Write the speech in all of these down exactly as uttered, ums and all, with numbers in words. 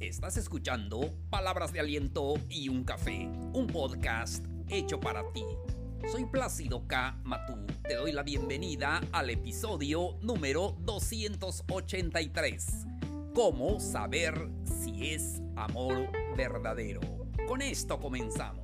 Estás escuchando Palabras de Aliento y un Café, un podcast hecho para ti. Soy Plácido K. Matú. Te doy la bienvenida al episodio número doscientos ochenta y tres. ¿Cómo saber si es amor verdadero? Con esto comenzamos.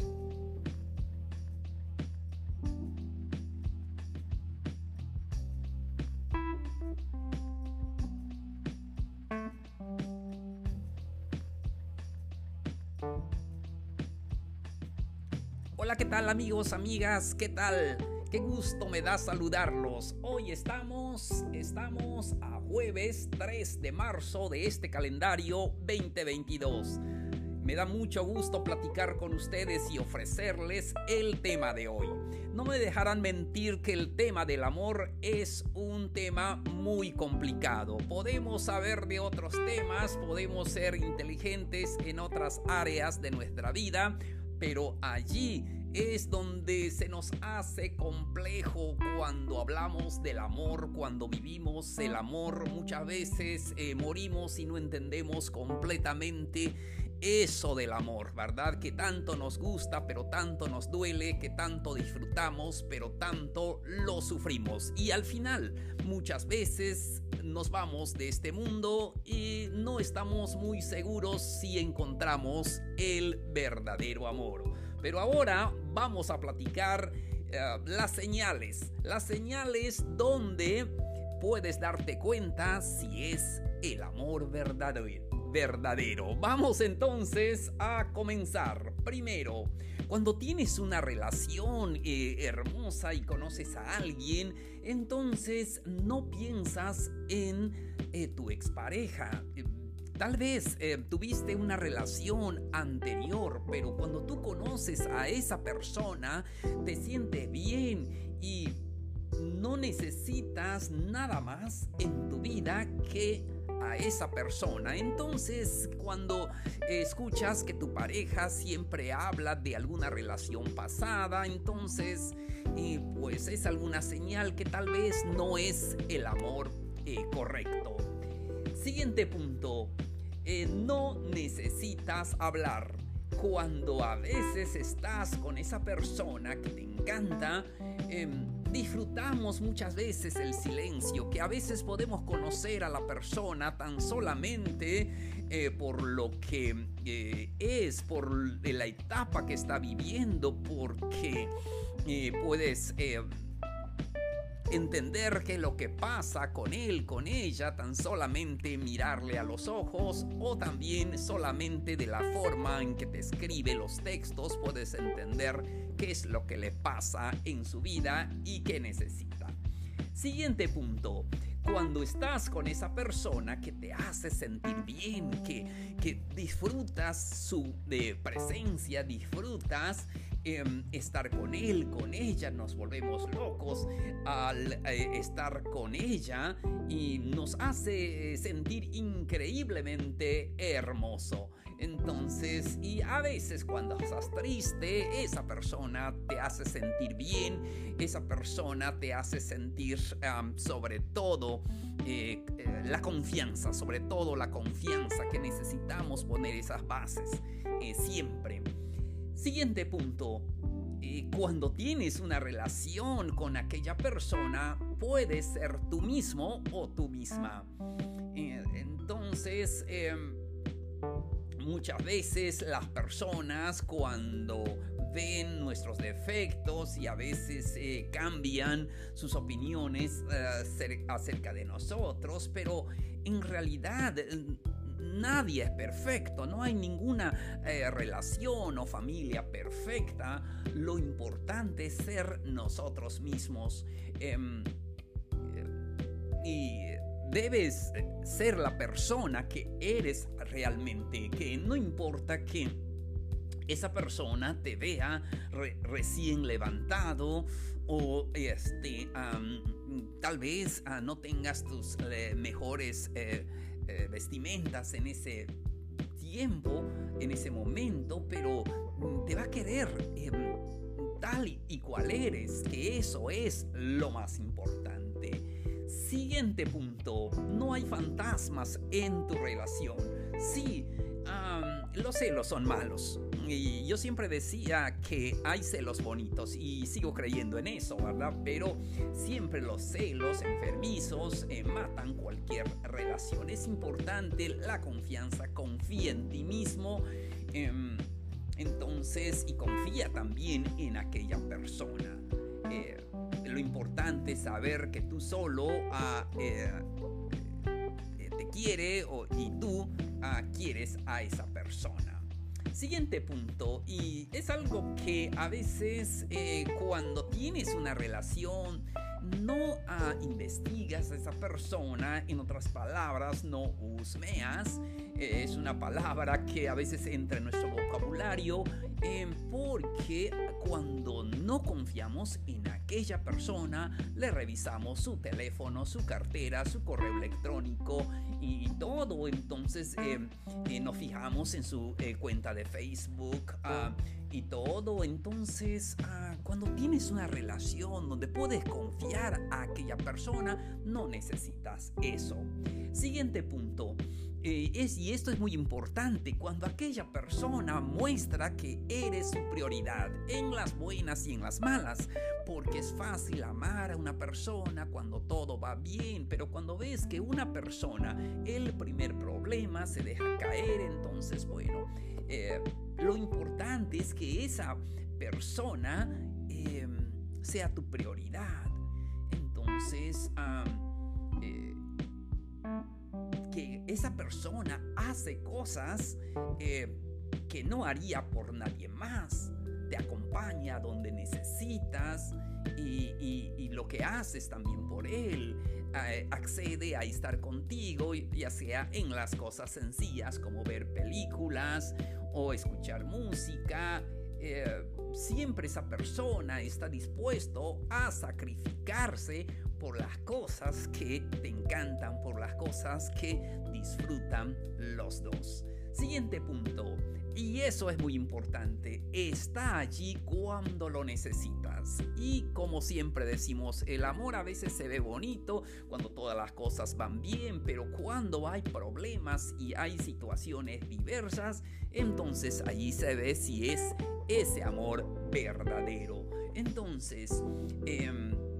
Hola, ¿qué tal amigos, amigas? ¿Qué tal? Qué gusto me da saludarlos. Hoy estamos, estamos a jueves tres de marzo de este calendario veinte veintidós. Me da mucho gusto platicar con ustedes y ofrecerles el tema de hoy. No me dejarán mentir que el tema del amor es un tema muy complicado. Podemos saber de otros temas, podemos ser inteligentes en otras áreas de nuestra vida, pero allí es donde se nos hace complejo cuando hablamos del amor, cuando vivimos el amor. Muchas veces eh, morimos y no entendemos completamente eso del amor, ¿verdad? Que tanto nos gusta, pero tanto nos duele, que tanto disfrutamos, pero tanto lo sufrimos. Y al final, muchas veces nos vamos de este mundo y no estamos muy seguros si encontramos el verdadero amor. Pero ahora vamos a platicar uh, las señales, las señales donde puedes darte cuenta si es el amor verdadero. verdadero. Vamos entonces a comenzar. Primero, cuando tienes una relación eh, hermosa y conoces a alguien, entonces no piensas en eh, tu expareja. Tal vez eh, tuviste una relación anterior, pero cuando tú conoces a esa persona, te sientes bien y no necesitas nada más en tu vida que a esa persona. Entonces, cuando escuchas que tu pareja siempre habla de alguna relación pasada, entonces eh, pues es alguna señal que tal vez no es el amor eh, correcto. Siguiente punto, eh, no necesitas hablar. Cuando a veces estás con esa persona que te encanta, eh, disfrutamos muchas veces el silencio, que a veces podemos conocer a la persona tan solamente eh, por lo que eh, es, por la etapa que está viviendo, porque eh, puedes eh, entender qué es lo que pasa con él, con ella, tan solamente mirarle a los ojos, o también solamente de la forma en que te escribe los textos puedes entender qué es lo que le pasa en su vida y qué necesita. Siguiente punto. Cuando estás con esa persona que te hace sentir bien, que, que disfrutas su de presencia, disfrutas eh, estar con él, con ella, nos volvemos locos al eh, estar con ella y nos hace sentir increíblemente hermoso. Entonces, y a veces cuando estás triste, esa persona te hace sentir bien, esa persona te hace sentir um, sobre todo eh, eh, la confianza, sobre todo la confianza que necesitamos poner esas bases eh, siempre. Siguiente punto, eh, cuando tienes una relación con aquella persona, puedes ser tú mismo o tú misma. Eh, entonces, eh, muchas veces las personas cuando ven nuestros defectos y a veces eh, cambian sus opiniones eh, acerca de nosotros, pero en realidad eh, nadie es perfecto, no hay ninguna eh, relación o familia perfecta. Lo importante es ser nosotros mismos eh, eh, y debes ser la persona que eres realmente, que no importa que esa persona te vea re- recién levantado o este, um, tal vez uh, no tengas tus eh, mejores eh, eh, vestimentas en ese tiempo, en ese momento, pero te va a querer eh, tal y cual eres, que eso es lo más importante. Siguiente punto, no hay fantasmas en tu relación. Sí, um, los celos son malos. Y yo siempre decía que hay celos bonitos y sigo creyendo en eso, ¿verdad? Pero siempre los celos enfermizos eh, matan cualquier relación. Es importante la confianza, confía en ti mismo. Eh, entonces, y confía también en aquella persona. Eh, lo importante es saber que tú solo uh, eh, eh, te quiere o, y tú uh, quieres a esa persona. Siguiente punto, y es algo que a veces eh, cuando tienes una relación no uh, investigas a esa persona, en otras palabras, no husmeas. Eh, es una palabra que a veces entra en nuestro vocabulario eh, porque cuando no confiamos en aquella persona, le revisamos su teléfono, su cartera, su correo electrónico y todo. Entonces eh, eh, nos fijamos en su eh, cuenta de Facebook uh, y todo. Entonces uh, cuando tienes una relación donde puedes confiar a aquella persona, no necesitas eso. Siguiente punto. Eh, es, y esto es muy importante, cuando aquella persona muestra que eres su prioridad en las buenas y en las malas, porque es fácil amar a una persona cuando todo va bien, pero cuando ves que una persona, el primer problema se deja caer, entonces bueno, eh, lo importante es que esa persona eh, sea tu prioridad. Entonces um, eh, que esa persona hace cosas eh, que no haría por nadie más, te acompaña donde necesitas y, y, y lo que haces también por él, eh, accede a estar contigo, ya sea en las cosas sencillas como ver películas o escuchar música. Eh, siempre esa persona está dispuesto a sacrificarse por las cosas que te encantan, por las cosas que disfrutan los dos. Siguiente punto, y eso es muy importante, está allí cuando lo necesitas. Y como siempre decimos, el amor a veces se ve bonito cuando todas las cosas van bien, pero cuando hay problemas y hay situaciones diversas, entonces allí se ve si es ese amor verdadero. Entonces, eh,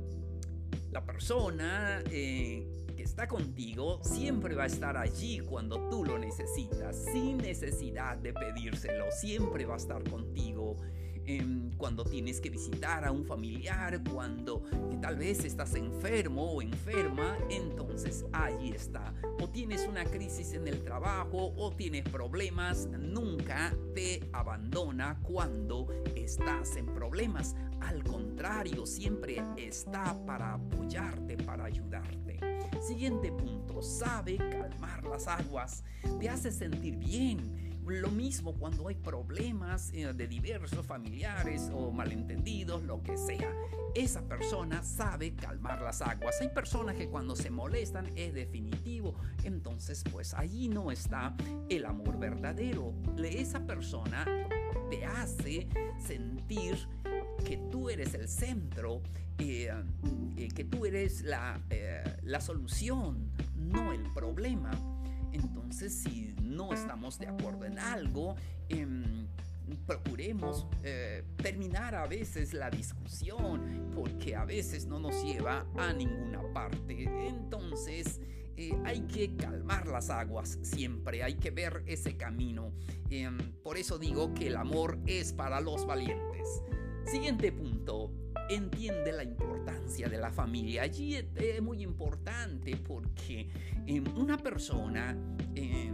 la persona eh, que está contigo siempre va a estar allí cuando tú lo necesitas, sin necesidad de pedírselo. Siempre va a estar contigo eh, cuando tienes que visitar a un familiar, cuando que tal vez estás enfermo o enferma, entonces allí está. O tienes una crisis en el trabajo o tienes problemas, nunca te abandona cuando estás en problemas. Al contrario, siempre está para apoyarte, para ayudarte. Siguiente punto, sabe calmar las aguas, te hace sentir bien. Lo mismo cuando hay problemas eh, de diversos familiares o malentendidos, lo que sea. Esa persona sabe calmar las aguas. Hay personas que cuando se molestan es definitivo. Entonces, pues allí no está el amor verdadero. Esa persona te hace sentir que tú eres el centro, eh, eh, que tú eres la, eh, la solución, no el problema. Entonces, si no estamos de acuerdo en algo, eh, procuremos eh, terminar a veces la discusión, porque a veces no nos lleva a ninguna parte. Entonces, eh, hay que calmar las aguas siempre, hay que ver ese camino. Eh, por eso digo que el amor es para los valientes. Siguiente punto. Entiende la importancia de la familia. Allí es muy importante porque eh, una persona eh,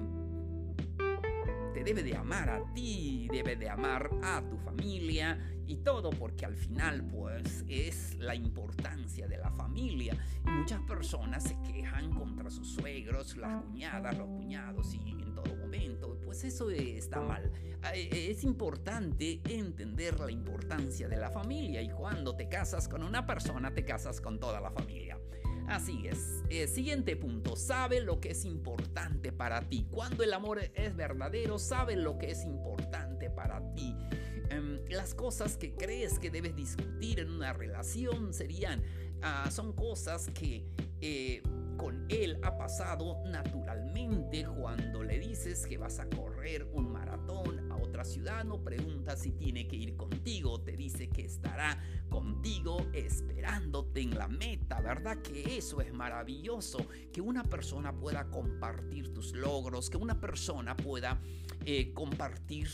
te debe de amar a ti, debe de amar a tu familia y todo, porque al final pues es la importancia de la familia. Y muchas personas se quejan contra sus suegros, las cuñadas, los cuñados y en todo momento, pues eso está mal. Es importante entender la importancia de la familia, y cuando te casas con una persona, te casas con toda la familia. Así es. Eh, siguiente punto. Sabe lo que es importante para ti. Cuando el amor es verdadero, sabe lo que es importante para ti. Um, las cosas que crees que debes discutir en una relación serían, uh, son cosas que eh, con él ha pasado naturalmente. Cuando le dices que vas a correr un maratón a otra ciudad, no pregunta si tiene que ir contigo, te dice que estará contigo esperándote en la meta, ¿verdad? Que eso es maravilloso, que una persona pueda compartir tus logros, que una persona pueda eh, compartir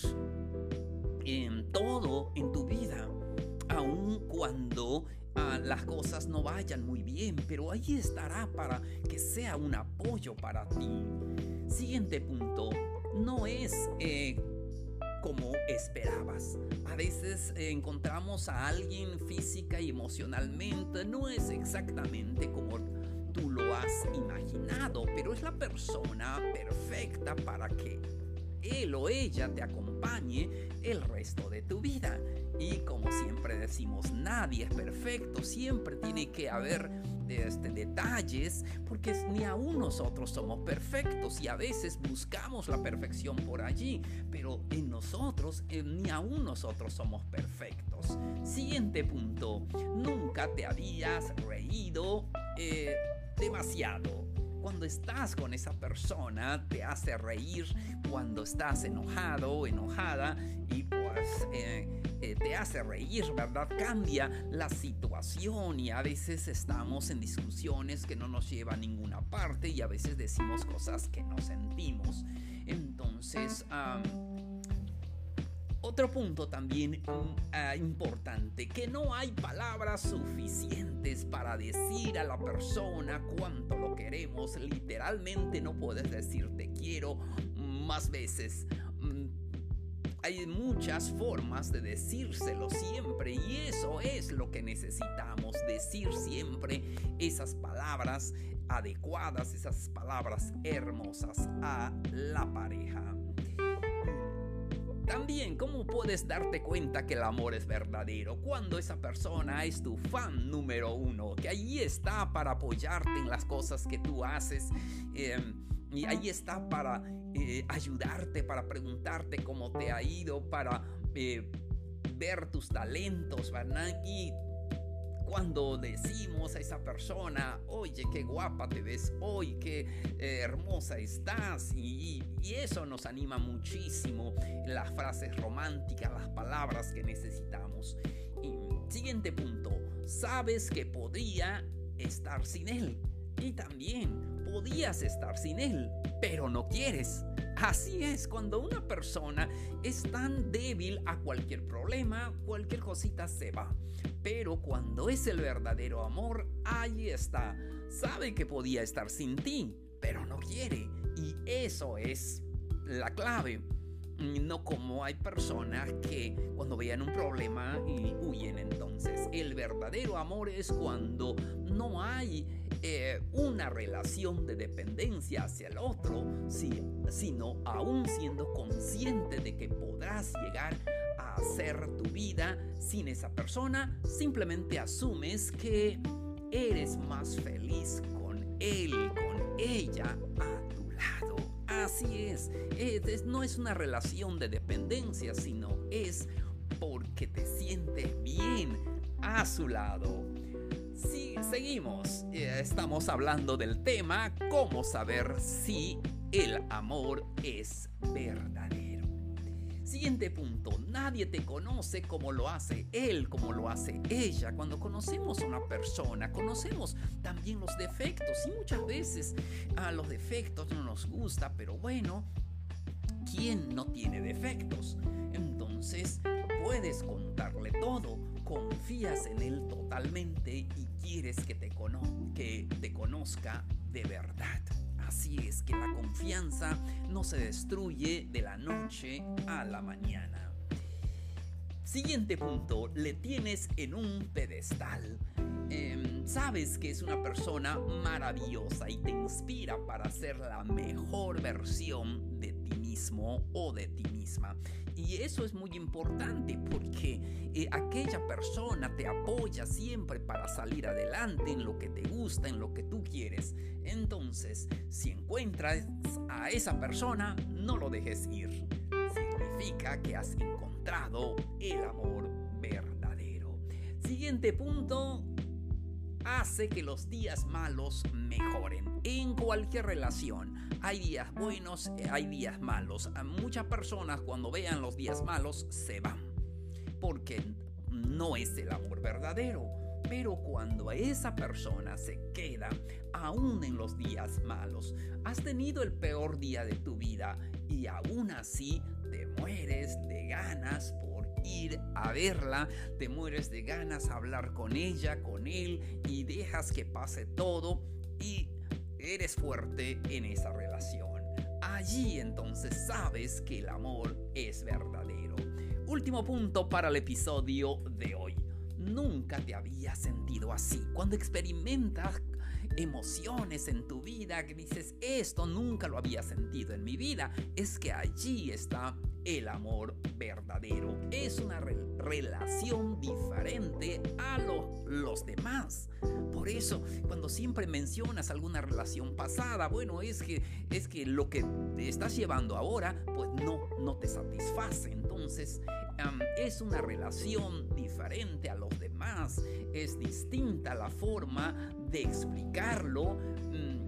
en todo en tu vida, aun cuando uh, las cosas no vayan muy bien, pero ahí estará para que sea un apoyo para ti. Siguiente punto, no es eh, como esperabas. A veces eh, encontramos a alguien física y emocionalmente, no es exactamente como tú lo has imaginado, pero es la persona perfecta para que él o ella te acompañe el resto de tu vida. Y como siempre decimos, nadie es perfecto, siempre tiene que haber este, detalles, porque ni aún nosotros somos perfectos y a veces buscamos la perfección por allí, pero en nosotros, eh, ni aún nosotros somos perfectos. Siguiente punto, nunca te habías reído eh, demasiado. Cuando estás con esa persona te hace reír, cuando estás enojado o enojada y pues eh, eh, te hace reír, ¿verdad? Cambia la situación y a veces estamos en discusiones que no nos llevan a ninguna parte y a veces decimos cosas que no sentimos. Entonces, um, otro punto también uh, importante, que no hay palabras suficientes para decir a la persona cuánto lo queremos. Literalmente no puedes decir te quiero más veces. Um, hay muchas formas de decírselo siempre y eso es lo que necesitamos, decir siempre esas palabras adecuadas, esas palabras hermosas a la pareja. También, ¿cómo puedes darte cuenta que el amor es verdadero? Cuando esa persona es tu fan número uno, que ahí está para apoyarte en las cosas que tú haces, eh, y ahí está para eh, ayudarte, para preguntarte cómo te ha ido, para eh, ver tus talentos, ¿verdad? Y cuando decimos a esa persona, oye, qué guapa te ves hoy, qué eh, hermosa estás, y, y eso nos anima muchísimo, las frases románticas, las palabras que necesitamos. Y, siguiente punto, sabes que podría estar sin él y también podías estar sin él, pero no quieres. Así es, cuando una persona es tan débil a cualquier problema, cualquier cosita se va. Pero cuando es el verdadero amor, ahí está. Sabe que podía estar sin ti, pero no quiere. Y eso es la clave. No como hay personas que cuando vean un problema y huyen. Entonces, el verdadero amor es cuando no hay eh, una relación de dependencia hacia el otro, sí, sino aún siendo consciente de que podrás llegar a hacer tu vida sin esa persona, simplemente asumes que eres más feliz con él, con ella a tu lado. Así es, es, no es una relación de dependencia, sino es porque te sientes bien a su lado. Si seguimos, eh, estamos hablando del tema cómo saber si el amor es verdadero. Siguiente punto, nadie te conoce como lo hace él, como lo hace ella. Cuando conocemos a una persona, conocemos también los defectos y muchas veces a los defectos no nos gusta, pero bueno, ¿quién no tiene defectos? Entonces puedes contarle todo, confías en él totalmente y quieres que te, cono- que te conozca de verdad. Así es que la confianza no se destruye de la noche a la mañana. Siguiente punto, le tienes en un pedestal. Eh, sabes que es una persona maravillosa y te inspira para ser la mejor versión de ti mismo o de ti misma. Y eso es muy importante porque eh, aquella persona te apoya siempre para salir adelante en lo que te gusta, en lo que tú quieres. Entonces, si encuentras a esa persona, no lo dejes ir. Significa que has encontrado el amor verdadero. Siguiente punto, hace que los días malos mejoren. En cualquier relación hay días buenos, hay días malos. A muchas personas cuando vean los días malos se van porque no es el amor verdadero. Pero cuando esa persona se queda aún en los días malos, has tenido el peor día de tu vida y aún así te mueres de ganas por ir a verla, te mueres de ganas a hablar con ella, con él, y dejas que pase todo y eres fuerte en esa relación. Allí entonces sabes que el amor es verdadero. Último punto para el episodio de hoy. Nunca te habías sentido así. Cuando experimentas emociones en tu vida que dices, esto nunca lo había sentido en mi vida, es que allí está el amor verdadero. Es una re- relación diferente a lo, los demás. Por eso, cuando siempre mencionas alguna relación pasada, bueno, es que, es que lo que te estás llevando ahora, pues no, no te satisface. Entonces, um, es una relación diferente a los demás. Es distinta la forma de explicarlo. Um,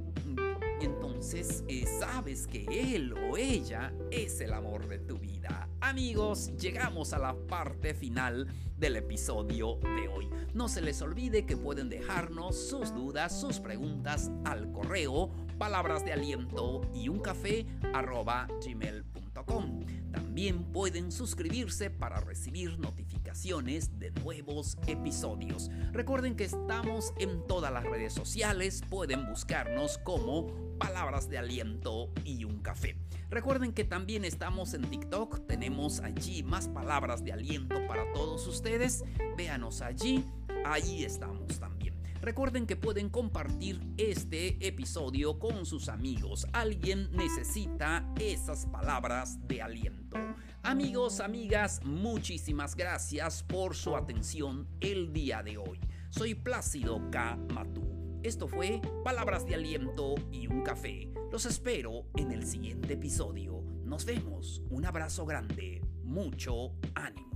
Entonces eh, sabes que él o ella es el amor de tu vida. Amigos, llegamos a la parte final del episodio de hoy. No se les olvide que pueden dejarnos sus dudas, sus preguntas al correo palabras de aliento y un café arroba gmail punto com. También pueden suscribirse para recibir notificaciones de nuevos episodios. Recuerden que estamos en todas las redes sociales. Pueden buscarnos como Palabras de Aliento y un Café. Recuerden que también estamos en TikTok. Tenemos allí más palabras de aliento para todos ustedes. Véanos allí. Allí estamos también. Recuerden que pueden compartir este episodio con sus amigos. Alguien necesita esas palabras de aliento. Amigos, amigas, muchísimas gracias por su atención el día de hoy. Soy Plácido K. Matú. Esto fue Palabras de Aliento y un Café. Los espero en el siguiente episodio. Nos vemos. Un abrazo grande. Mucho ánimo.